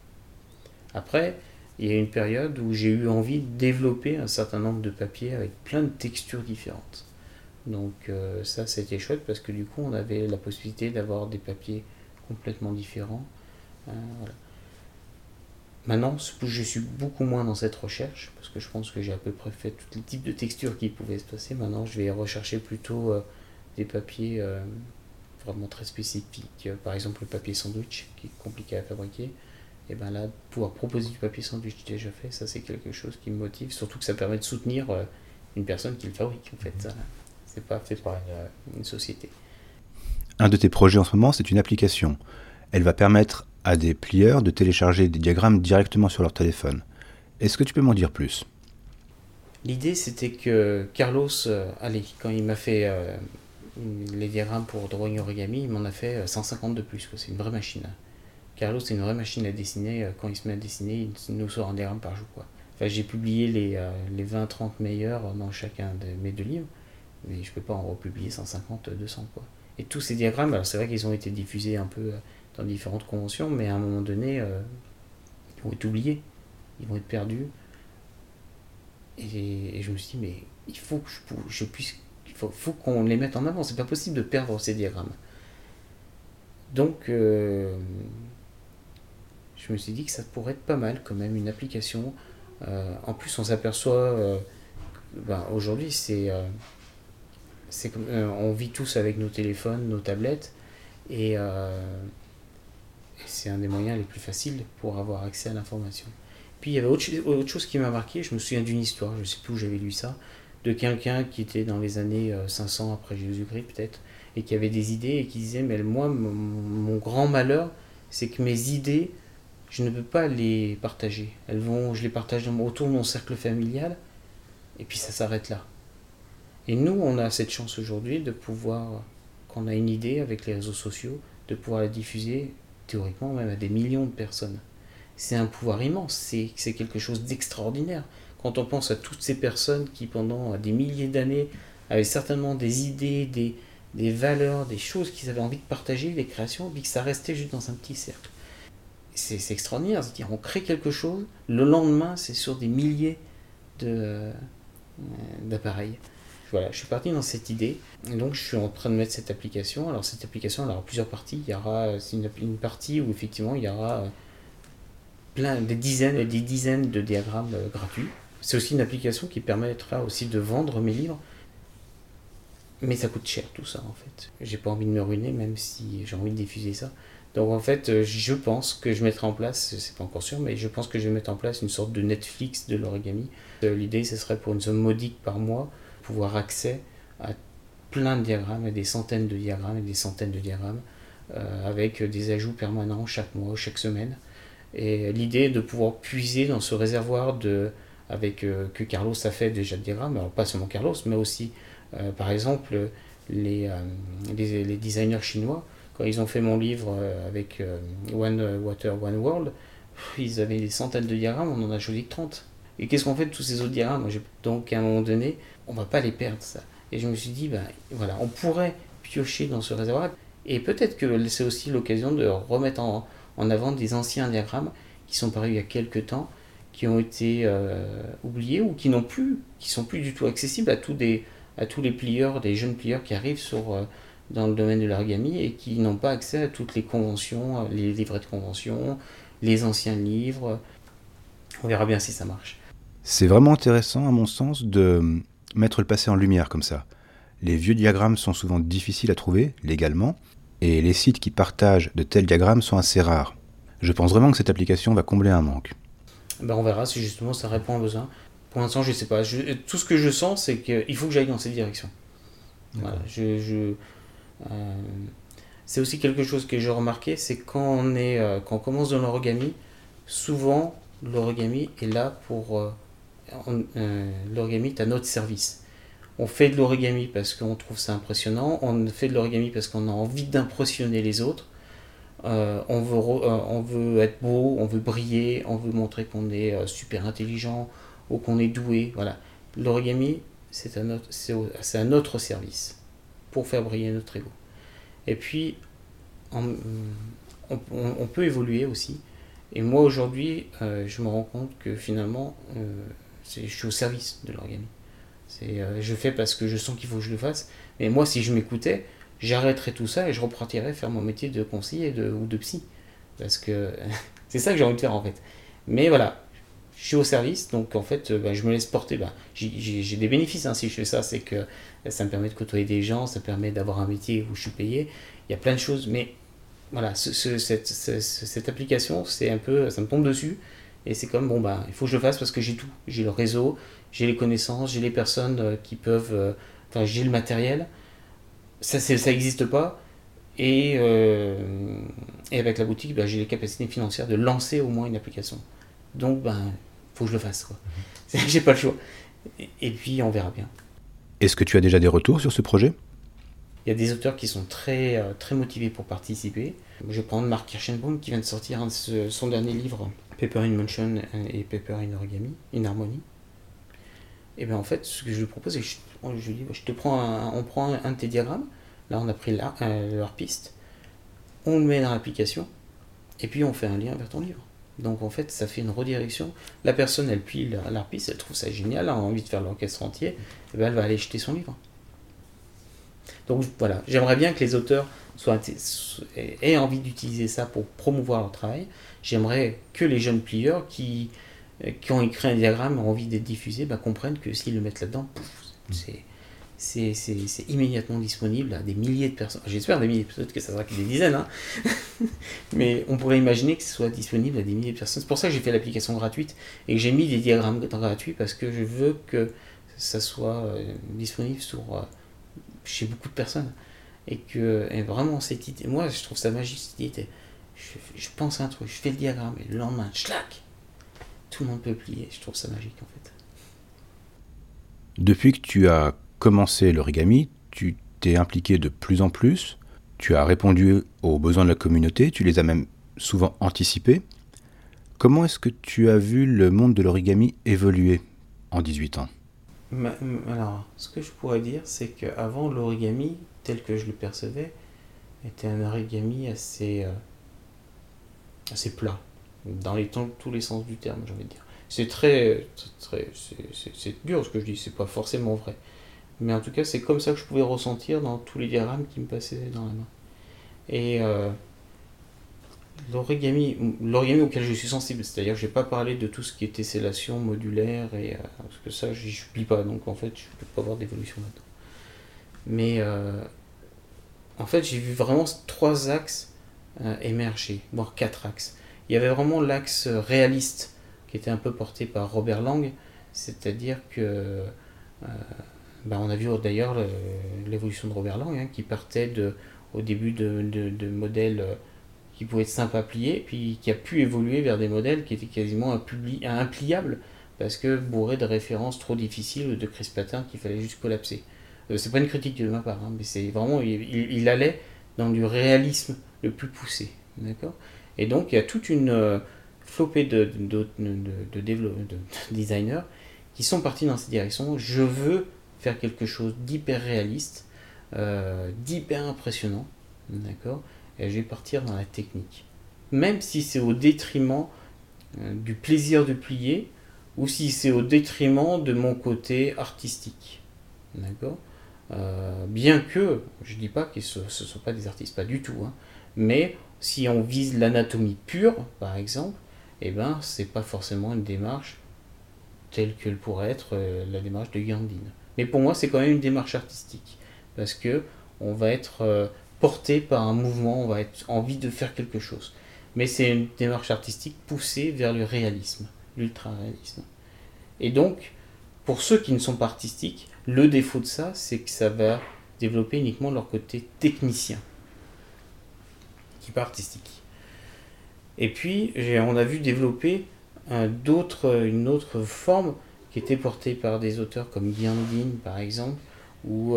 Après, il y a une période où j'ai eu envie de développer un certain nombre de papiers avec plein de textures différentes. Donc ça, c'était chouette parce que du coup, on avait la possibilité d'avoir des papiers complètement différents. Voilà. Maintenant, je suis beaucoup moins dans cette recherche parce que je pense que j'ai à peu près fait tous les types de textures qui pouvaient se passer. Maintenant, je vais rechercher plutôt des papiers vraiment très spécifiques. Par exemple, le papier sandwich qui est compliqué à fabriquer. Et là, pouvoir proposer du papier sandwich déjà fait, ça c'est quelque chose qui me motive, surtout que ça permet de soutenir une personne qui le fabrique en fait. C'est pas fait par une société. Un de tes projets en ce moment, c'est une application. Elle va permettre à des plieurs de télécharger des diagrammes directement sur leur téléphone. Est-ce que tu peux m'en dire plus ? L'idée c'était que Carlos, quand il m'a fait les diagrammes pour Drawing Origami, il m'en a fait 150 de plus, c'est une vraie machine. Carlos, c'est une vraie machine à dessiner. Quand il se met à dessiner, il nous sort un diagramme par jour. J'ai publié les 20-30 meilleurs dans chacun de mes 2 livres, mais je ne peux pas en republier 150, 200. Et tous ces diagrammes, alors c'est vrai qu'ils ont été diffusés un peu dans différentes conventions, mais à un moment donné, ils vont être oubliés, ils vont être perdus. Et je me suis dit, mais il faut que je puisse, faut qu'on les mette en avant. C'est pas possible de perdre ces diagrammes. Donc, je me suis dit que ça pourrait être pas mal quand même, une application. En plus, on s'aperçoit, aujourd'hui, on vit tous avec nos téléphones, nos tablettes, et c'est un des moyens les plus faciles pour avoir accès à l'information. Puis il y avait autre chose qui m'a marqué, je me souviens d'une histoire, je ne sais plus où j'avais lu ça, de quelqu'un qui était dans les années 500 après Jésus-Christ peut-être, et qui avait des idées et qui disait, mais moi, mon grand malheur, c'est que mes idées, je ne peux pas les partager. Je les partage autour de mon cercle familial, et puis ça s'arrête là. Et nous, on a cette chance aujourd'hui de pouvoir, quand on a une idée avec les réseaux sociaux, de pouvoir la diffuser théoriquement même à des millions de personnes. C'est un pouvoir immense, c'est quelque chose d'extraordinaire. Quand on pense à toutes ces personnes qui, pendant des milliers d'années, avaient certainement des idées, des valeurs, des choses qu'ils avaient envie de partager, des créations, puis que ça restait juste dans un petit cercle. C'est extraordinaire, c'est-à-dire on crée quelque chose, le lendemain c'est sur des milliers d'appareils. Voilà, je suis parti dans cette idée, et donc je suis en train de mettre cette application. Alors cette application, elle aura plusieurs parties. Il y aura une partie où effectivement il y aura des dizaines et des dizaines de diagrammes gratuits. C'est aussi une application qui permettra aussi de vendre mes livres, mais ça coûte cher tout ça en fait. J'ai pas envie de me ruiner même si j'ai envie de diffuser ça. Donc en fait, je pense que je mettrai en place, c'est pas encore sûr, mais je pense que je vais mettre en place une sorte de Netflix de l'origami. L'idée, ce serait pour une somme modique par mois, pouvoir accès à plein de diagrammes, à des centaines de diagrammes et des centaines de diagrammes, avec des ajouts permanents chaque mois, chaque semaine. Et l'idée est de pouvoir puiser dans ce réservoir que Carlos a fait déjà de diagrammes, alors pas seulement Carlos, mais aussi par exemple les designers chinois. Quand ils ont fait mon livre avec One Water, One World, ils avaient des centaines de diagrammes, on en a choisi que 30. Et qu'est-ce qu'on fait de tous ces autres diagrammes? Donc à un moment donné, on ne va pas les perdre, ça. Et je me suis dit, voilà, on pourrait piocher dans ce réservoir. Et peut-être que c'est aussi l'occasion de remettre en avant des anciens diagrammes qui sont parus il y a quelques temps, qui ont été oubliés ou qui sont plus du tout accessibles à tous les plieurs, des jeunes plieurs qui arrivent dans le domaine de l'origami et qui n'ont pas accès à toutes les conventions, les livrets de convention, les anciens livres. On verra bien si ça marche. C'est vraiment intéressant, à mon sens, de mettre le passé en lumière comme ça. Les vieux diagrammes sont souvent difficiles à trouver, légalement, et les sites qui partagent de tels diagrammes sont assez rares. Je pense vraiment que cette application va combler un manque. On verra si justement ça répond à un besoin. Pour l'instant, je ne sais pas. Tout ce que je sens, c'est qu'il faut que j'aille dans cette direction. Voilà, c'est aussi quelque chose que j'ai remarqué, c'est quand on commence dans l'origami, souvent l'origami est là pour... l'origami est à notre service. On fait de l'origami parce qu'on trouve ça impressionnant, on fait de l'origami parce qu'on a envie d'impressionner les autres, on veut être beau, on veut briller, on veut montrer qu'on est super intelligent ou qu'on est doué. Voilà. L'origami, c'est à notre service pour faire briller notre ego. Et puis, on peut évoluer aussi. Et moi, aujourd'hui, je me rends compte que finalement, je suis au service de l'origami. Je fais parce que je sens qu'il faut que je le fasse. Mais moi, si je m'écoutais, j'arrêterais tout ça et je repartirais faire mon métier de conseiller ou de psy. Parce que c'est ça que j'ai envie de faire en fait. Mais voilà, je suis au service, donc en fait, je me laisse porter. J'ai des bénéfices si je fais ça, c'est que ça me permet de côtoyer des gens, ça permet d'avoir un métier où je suis payé. Il y a plein de choses, mais voilà, cette application, c'est un peu, ça me tombe dessus. Et c'est comme, il faut que je le fasse parce que j'ai tout. J'ai le réseau, j'ai les connaissances, j'ai les personnes qui peuvent... j'ai le matériel. Ça n'existe pas. Et avec la boutique, j'ai les capacités financières de lancer au moins une application. Donc, faut que je le fasse, quoi. J'ai pas le choix. Et puis, on verra bien. Est-ce que tu as déjà des retours sur ce projet ? Il y a des auteurs qui sont très, très motivés pour participer. Je vais prendre Mark Kirschenbaum qui vient de sortir son dernier livre, Paper in Motion et Paper in Origami, in Harmony. Et bien en fait, ce que je lui propose, c'est que je lui dis, on prend un de tes diagrammes, là on a pris leur piste, on le met dans l'application, et puis on fait un lien vers ton livre. Donc en fait, ça fait une redirection. La personne, elle plie leur piste, elle trouve ça génial, elle a envie de faire l'orchestre entier, et bien elle va aller jeter son livre. Donc voilà, j'aimerais bien que les auteurs aient envie d'utiliser ça pour promouvoir leur travail. J'aimerais que les jeunes plieurs qui ont écrit un diagramme ont envie d'être diffusés, comprennent que s'ils le mettent là-dedans, c'est immédiatement disponible à des milliers de personnes. J'espère des milliers, peut-être que ça sera que des dizaines, mais on pourrait imaginer que ce soit disponible à des milliers de personnes. C'est pour ça que j'ai fait l'application gratuite et que j'ai mis des diagrammes gratuits parce que je veux que ça soit disponible chez beaucoup de personnes. Et vraiment, cette idée, moi je trouve ça magique, cette idée. Je pense à un truc, je fais le diagramme et le lendemain, schlac, tout le monde peut plier. Je trouve ça magique en fait. Depuis que tu as commencé l'origami, tu t'es impliqué de plus en plus, tu as répondu aux besoins de la communauté, tu les as même souvent anticipés. Comment est-ce que tu as vu le monde de l'origami évoluer en 18 ans ? Alors, ce que je pourrais dire, c'est qu'avant, l'origami, tel que je le percevais, était un origami assez plat, dans tous les sens du terme, j'ai envie de dire. C'est c'est dur ce que je dis, c'est pas forcément vrai. Mais en tout cas, c'est comme ça que je pouvais ressentir dans tous les diagrammes qui me passaient dans la main. Et l'origami auquel je suis sensible, c'est-à-dire que je n'ai pas parlé de tout ce qui est tessellation modulaire, parce que ça, je ne plie pas, donc en fait, je ne peux pas avoir d'évolution là-dedans. Mais en fait, j'ai vu vraiment 3 axes émerger, voire 4 axes. Il y avait vraiment l'axe réaliste, qui était un peu porté par Robert Lang, c'est-à-dire que on a vu d'ailleurs l'évolution de Robert Lang, qui partait au début de modèles qui pouvaient être simples à plier, puis qui a pu évoluer vers des modèles qui étaient quasiment impliables, parce que bourrés de références trop difficiles ou de crisp-patterns qu'il fallait juste collapser. C'est pas une critique de ma part, mais c'est vraiment, il allait dans du réalisme le plus poussé. D'accord ? Et donc il y a toute une flopée de designers qui sont partis dans cette direction. Je veux faire quelque chose d'hyper réaliste, d'hyper impressionnant, d'accord ? Et je vais partir dans la technique. Même si c'est au détriment du plaisir de plier, ou si c'est au détriment de mon côté artistique, d'accord ? Bien que, je ne dis pas que ce ne sont pas des artistes, pas du tout, mais si on vise l'anatomie pure, par exemple, c'est pas forcément une démarche telle qu'elle pourrait être la démarche de Gandhin. Mais pour moi, c'est quand même une démarche artistique, parce que on va être porté par un mouvement, on va être envie de faire quelque chose. Mais c'est une démarche artistique poussée vers le réalisme, l'ultra-réalisme. Et donc, pour ceux qui ne sont pas artistiques, le défaut de ça, c'est que ça va développer uniquement leur côté technicien, qui n'est pas artistique. Et puis, on a vu développer une autre forme qui était portée par des auteurs comme Gandhin, par exemple, ou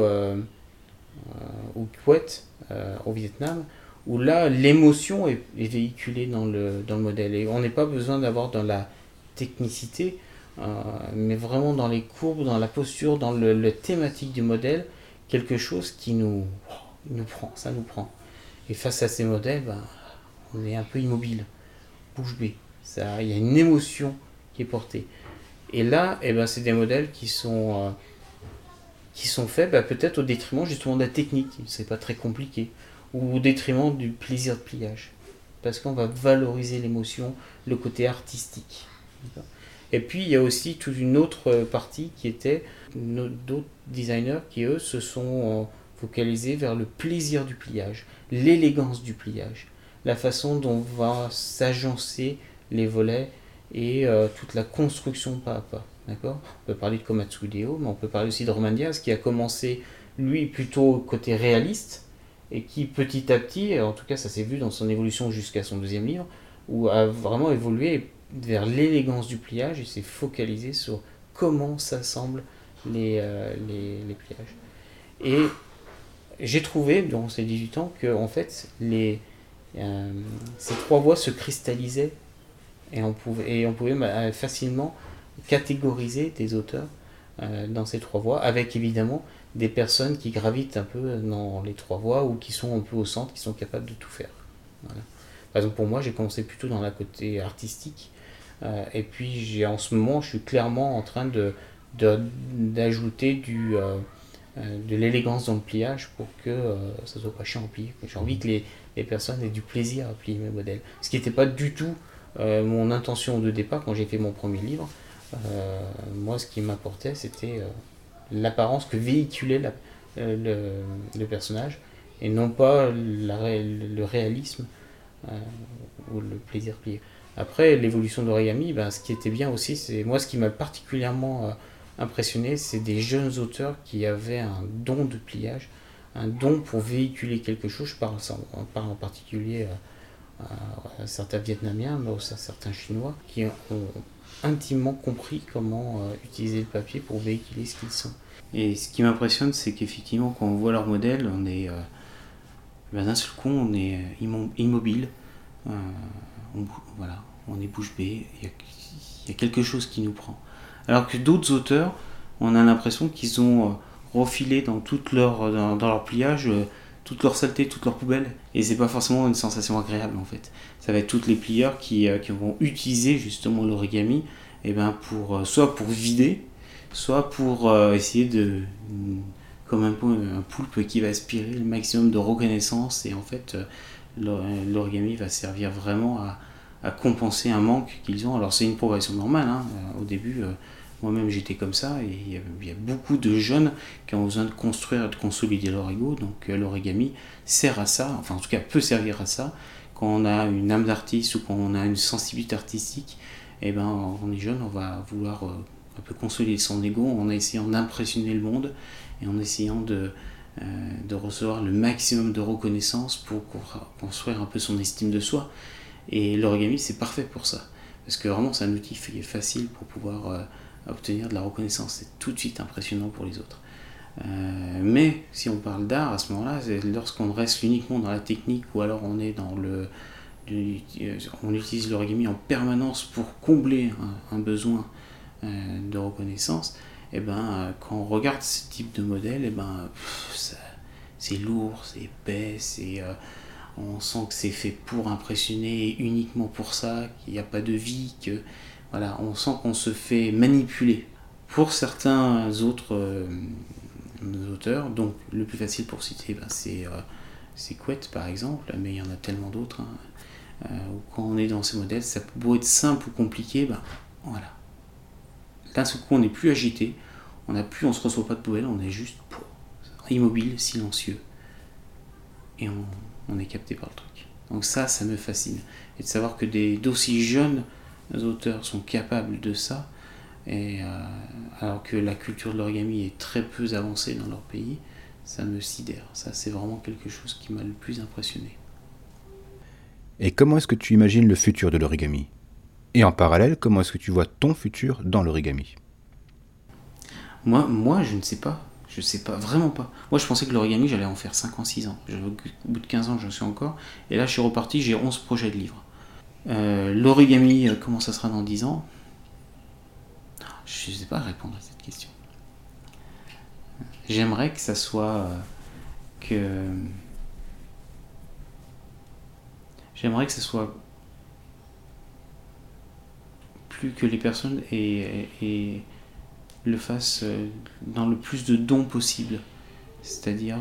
Quet au Vietnam, où là, l'émotion est véhiculée dans le modèle. Et on n'a pas besoin d'avoir dans la technicité, mais vraiment dans les courbes, dans la posture, dans le thématique du modèle, quelque chose qui nous prend, ça nous prend. Et face à ces modèles, on est un peu immobile, bouche bée. Il y a une émotion qui est portée. Et là, c'est des modèles qui sont faits peut-être au détriment justement de la technique, c'est pas très compliqué, ou au détriment du plaisir de pliage, parce qu'on va valoriser l'émotion, le côté artistique. Et puis il y a aussi toute une autre partie qui était d'autres designers qui eux se sont focalisés vers le plaisir du pliage, l'élégance du pliage, la façon dont va s'agencer les volets et toute la construction pas à pas. D'accord ? On peut parler de Komatsu Hideo, mais on peut parler aussi de Roman Diaz qui a commencé lui plutôt côté réaliste et qui petit à petit, en tout cas ça s'est vu dans son évolution jusqu'à son 2e livre, où a vraiment évolué vers l'élégance du pliage et s'est focalisé sur comment s'assemblent les pliages. Et j'ai trouvé durant ces 18 ans que en fait ces 3 voies se cristallisaient et on pouvait facilement catégoriser des auteurs dans ces 3 voies, avec évidemment des personnes qui gravitent un peu dans les 3 voies ou qui sont un peu au centre, qui sont capables de tout faire. Voilà. Par exemple, pour moi, j'ai commencé plutôt dans la côté artistique, et puis en ce moment, je suis clairement en train d'ajouter de l'élégance dans le pliage pour que ça soit pas chiant à plier. J'ai envie que les personnes aient du plaisir à plier mes modèles. Ce qui n'était pas du tout mon intention de départ quand j'ai fait mon premier livre. Moi, ce qui m'apportait, c'était l'apparence que véhiculait le personnage et non pas le réalisme ou le plaisir plié. Après, l'évolution d'Origami, ce qui était bien aussi, c'est moi ce qui m'a particulièrement impressionné, c'est des jeunes auteurs qui avaient un don de pliage, un don pour véhiculer quelque chose. Je parle en particulier à certains Vietnamiens, mais aussi à certains Chinois, qui ont intimement compris comment utiliser le papier pour véhiculer ce qu'ils sont. Et ce qui m'impressionne, c'est qu'effectivement, quand on voit leur modèle, on est d'un seul coup, on est immobile. Voilà, on est bouche bée. Il y a quelque chose qui nous prend. Alors que d'autres auteurs, on a l'impression qu'ils ont refilé dans leur pliage toute leur saleté, toute leur poubelle. Et c'est pas forcément une sensation agréable en fait. Ça va être toutes les plieurs qui vont utiliser justement l'origami soit pour vider, soit pour essayer comme un poulpe qui va aspirer le maximum de reconnaissance. Et en fait, l'origami va servir vraiment à compenser un manque qu'ils ont. Alors c'est une progression normale, hein. Au début, moi-même j'étais comme ça, et il y a beaucoup de jeunes qui ont besoin de construire et de consolider leur ego, donc l'origami sert à ça, enfin en tout cas peut servir à ça. Quand on a une âme d'artiste ou quand on a une sensibilité artistique, on est jeune, on va vouloir un peu consolider son ego en essayant d'impressionner le monde et en essayant de recevoir le maximum de reconnaissance pour construire un peu son estime de soi. Et l'origami, c'est parfait pour ça. Parce que vraiment, c'est un outil facile pour pouvoir obtenir de la reconnaissance. C'est tout de suite impressionnant pour les autres. Mais si on parle d'art, à ce moment-là, c'est lorsqu'on reste uniquement dans la technique, ou alors on est on utilise l'origami en permanence pour combler un besoin de reconnaissance. Quand on regarde ce type de modèle, c'est lourd, c'est épais, on sent que c'est fait pour impressionner, et uniquement pour ça, qu'il n'y a pas de vie, on sent qu'on se fait manipuler. Pour certains autres auteurs, donc le plus facile pour citer, c'est Couette par exemple, mais il y en a tellement d'autres. Quand on est dans ces modèles, ça peut beau être simple ou compliqué, voilà. D'un seul coup, on n'est plus agité, on se reçoit pas de poubelle, on est juste immobile, silencieux, et on est capté par le truc. Donc ça me fascine. Et de savoir que d'aussi jeunes auteurs sont capables de ça, alors que la culture de l'origami est très peu avancée dans leur pays, ça me sidère. Ça, c'est vraiment quelque chose qui m'a le plus impressionné. Et comment est-ce que tu imagines le futur de l'origami ? Et en parallèle, comment est-ce que tu vois ton futur dans l'origami ? Moi, je ne sais pas. Je sais pas, vraiment pas. Moi, je pensais que l'origami, j'allais en faire 5 ans, 6 ans. Au bout de 15 ans, j'en suis encore. Et là, je suis reparti, j'ai 11 projets de livres. L'origami, comment ça sera dans 10 ans ? Je ne sais pas répondre à cette question. J'aimerais que ça soit J'aimerais que ce soit plus que les personnes et le fassent dans le plus de dons possible. C'est-à-dire,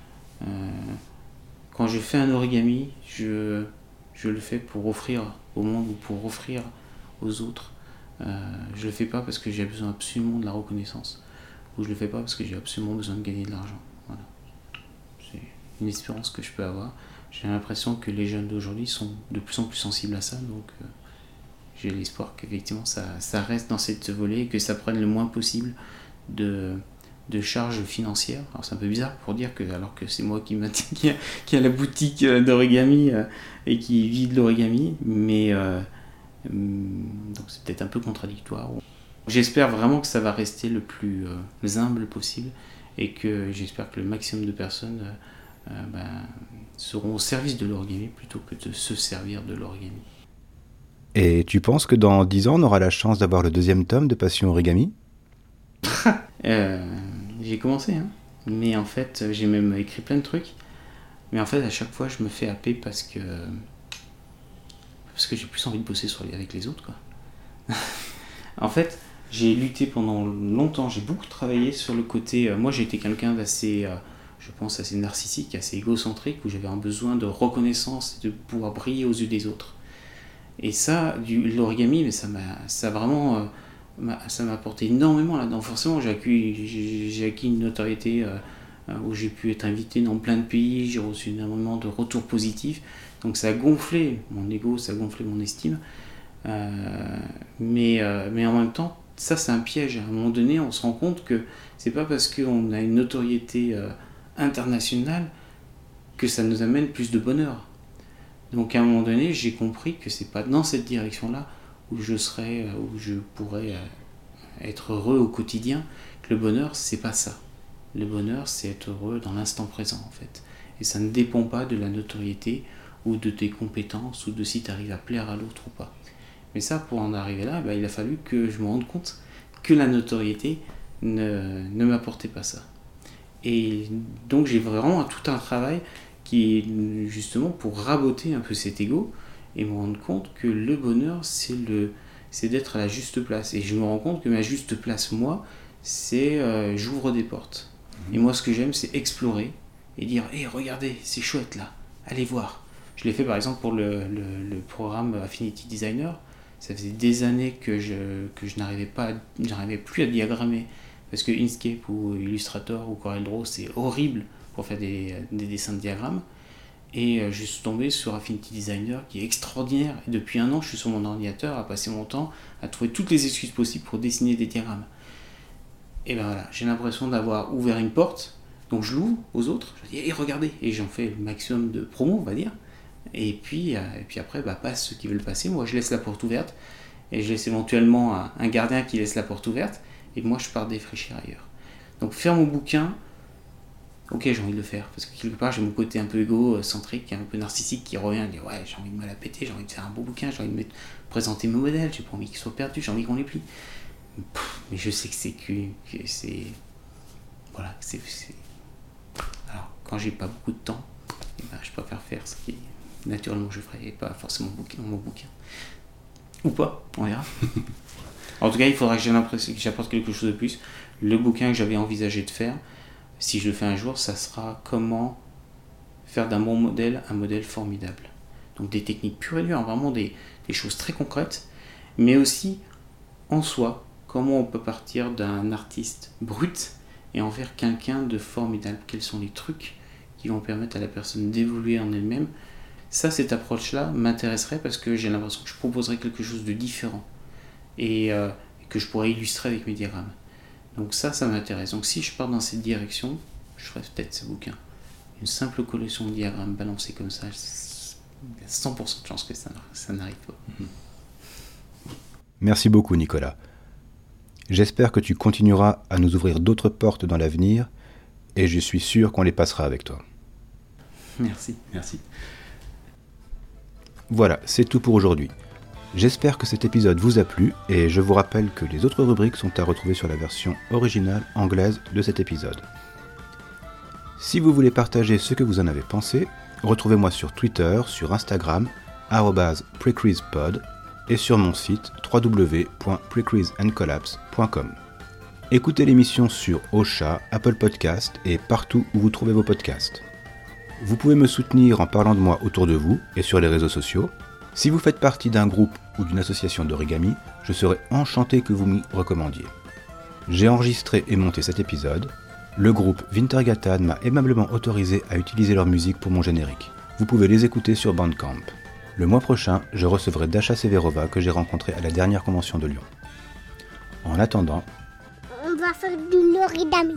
quand je fais un origami, je le fais pour offrir au monde ou pour offrir aux autres. Je le fais pas parce que j'ai besoin absolument de la reconnaissance, ou je le fais pas parce que j'ai absolument besoin de gagner de l'argent. Voilà. C'est une espérance que je peux avoir. J'ai l'impression que les jeunes d'aujourd'hui sont de plus en plus sensibles à ça, donc j'ai l'espoir qu'effectivement ça reste dans cette volée et que ça prenne le moins possible de charges financières. Alors c'est un peu bizarre pour dire que, alors que c'est moi qui a la boutique d'origami et qui vit de l'origami, mais donc c'est peut-être un peu contradictoire. J'espère vraiment que ça va rester le plus humble possible, et que j'espère que le maximum de personnes seront au service de l'origami plutôt que de se servir de l'origami. Et tu penses que dans 10 ans, on aura la chance d'avoir le 2e tome de Passion Origami ? J'ai commencé, hein. Mais en fait, j'ai même écrit plein de trucs. Mais en fait, à chaque fois, je me fais happer parce que j'ai plus envie de bosser avec les autres, quoi. En fait, j'ai lutté pendant longtemps, j'ai beaucoup travaillé sur le côté... moi, j'ai été quelqu'un d'assez, je pense, assez narcissique, assez égocentrique, où j'avais un besoin de reconnaissance et de pouvoir briller aux yeux des autres. Et ça, l'origami, mais ça m'a apporté énormément là-dedans. Forcément, j'ai acquis une notoriété où j'ai pu être invité dans plein de pays, j'ai reçu énormément de retours positifs. Donc ça a gonflé mon ego, ça a gonflé mon estime. Mais en même temps, ça c'est un piège. À un moment donné, on se rend compte que c'est pas parce qu'on a une notoriété internationale que ça nous amène plus de bonheur. Donc à un moment donné, j'ai compris que c'est pas dans cette direction-là où je pourrais être heureux au quotidien, que le bonheur, c'est pas ça. Le bonheur, c'est être heureux dans l'instant présent, en fait. Et ça ne dépend pas de la notoriété ou de tes compétences ou de si tu arrives à plaire à l'autre ou pas. Mais ça, pour en arriver là, il a fallu que je me rende compte que la notoriété ne m'apportait pas ça. Et donc j'ai vraiment tout un travail qui est justement pour raboter un peu cet ego et me rendre compte que le bonheur, c'est d'être à la juste place. Et je me rends compte que ma juste place, moi, c'est j'ouvre des portes. Et moi, ce que j'aime, c'est explorer et dire « Hé, regardez, c'est chouette là, allez voir ». Je l'ai fait par exemple pour le programme Affinity Designer. Ça faisait des années que je n'arrivais plus à diagrammer. Parce que Inkscape ou Illustrator ou CorelDRAW, c'est horrible pour faire des dessins de diagrammes. Et je suis tombé sur Affinity Designer qui est extraordinaire. Et depuis un an, je suis sur mon ordinateur à passer mon temps à trouver toutes les excuses possibles pour dessiner des diagrammes. Et ben voilà, j'ai l'impression d'avoir ouvert une porte. Donc je l'ouvre aux autres. Je dis, regardez. Et j'en fais le maximum de promo, on va dire. Et puis après, passent ceux qui veulent passer. Moi, je laisse la porte ouverte. Et je laisse éventuellement un gardien qui laisse la porte ouverte. Et moi, je pars défricher ailleurs. Donc faire mon bouquin, ok, j'ai envie de le faire. Parce que quelque part, j'ai mon côté un peu égocentrique, un peu narcissique qui revient et dit, ouais, j'ai envie de me la péter, j'ai envie de faire un beau bouquin, j'ai envie de présenter mes modèles, j'ai pas envie qu'ils soient perdus, j'ai envie qu'on les plie. Mais je sais que c'est... Voilà, c'est... Alors, quand j'ai pas beaucoup de temps, je préfère faire ce qui naturellement je ferai et pas forcément mon bouquin. Ou pas, on verra. En tout cas, il faudra que j'apporte quelque chose de plus. Le bouquin que j'avais envisagé de faire, si je le fais un jour, ça sera comment faire d'un bon modèle un modèle formidable. Donc des techniques pures et dures, vraiment des choses très concrètes, mais aussi en soi, comment on peut partir d'un artiste brut et en faire quelqu'un de formidable. Quels sont les trucs qui vont permettre à la personne d'évoluer en elle-même. Ça, cette approche-là m'intéresserait parce que j'ai l'impression que je proposerais quelque chose de différent et que je pourrais illustrer avec mes diagrammes. Donc ça m'intéresse. Donc si je pars dans cette direction, je ferai peut-être ce bouquin. Une simple collection de diagrammes balancés comme ça, il y a 100% de chance que ça n'arrive pas. Merci beaucoup Nicolas. J'espère que tu continueras à nous ouvrir d'autres portes dans l'avenir et je suis sûr qu'on les passera avec toi. Merci. Voilà, c'est tout pour aujourd'hui. J'espère que cet épisode vous a plu et je vous rappelle que les autres rubriques sont à retrouver sur la version originale anglaise de cet épisode. Si vous voulez partager ce que vous en avez pensé, retrouvez-moi sur Twitter, sur Instagram, @precreasepod et sur mon site www.precreaseandcollapse.com. Écoutez l'émission sur Ocha, Apple Podcast et partout où vous trouvez vos podcasts. Vous pouvez me soutenir en parlant de moi autour de vous et sur les réseaux sociaux. Si vous faites partie d'un groupe ou d'une association d'origami, je serai enchanté que vous m'y recommandiez. J'ai enregistré et monté cet épisode. Le groupe Wintergatan m'a aimablement autorisé à utiliser leur musique pour mon générique. Vous pouvez les écouter sur Bandcamp. Le mois prochain, je recevrai Dasha Severova que j'ai rencontrée à la dernière convention de Lyon. En attendant, on va faire du origami.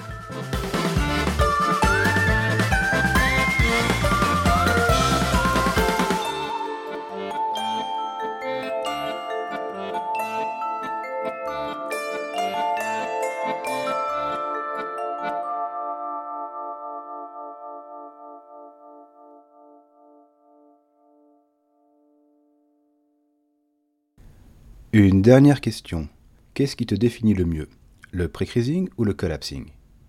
une dernière question. Qu'est-ce qui te définit le mieux ? Le pré-crising ou le collapsing ?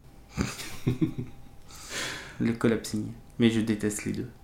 Le collapsing, mais je déteste les deux.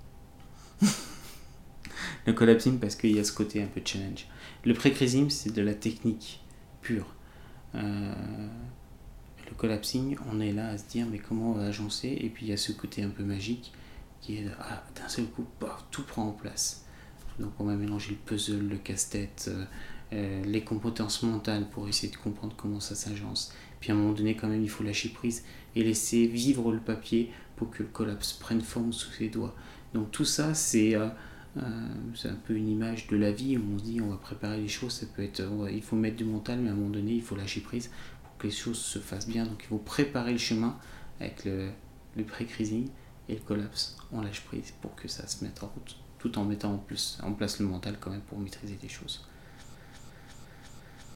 Le collapsing parce qu'il y a ce côté un peu challenge. Le pré-crising, c'est de la technique pure. Le collapsing, on est là à se dire mais comment on va agencer, et puis il y a ce côté un peu magique qui est d'un seul coup, tout prend en place. Donc on va mélanger le puzzle, le casse-tête, les compétences mentales pour essayer de comprendre comment ça s'agence. Puis à un moment donné quand même il faut lâcher prise et laisser vivre le papier pour que le collapse prenne forme sous ses doigts. Donc tout ça c'est un peu une image de la vie où on se dit on va préparer les choses, ça peut être, il faut mettre du mental mais à un moment donné il faut lâcher prise pour que les choses se fassent bien. Donc il faut préparer le chemin avec le pré-crising et le collapse, on lâche prise pour que ça se mette en route. tout en mettant en place le mental quand même pour maîtriser les choses.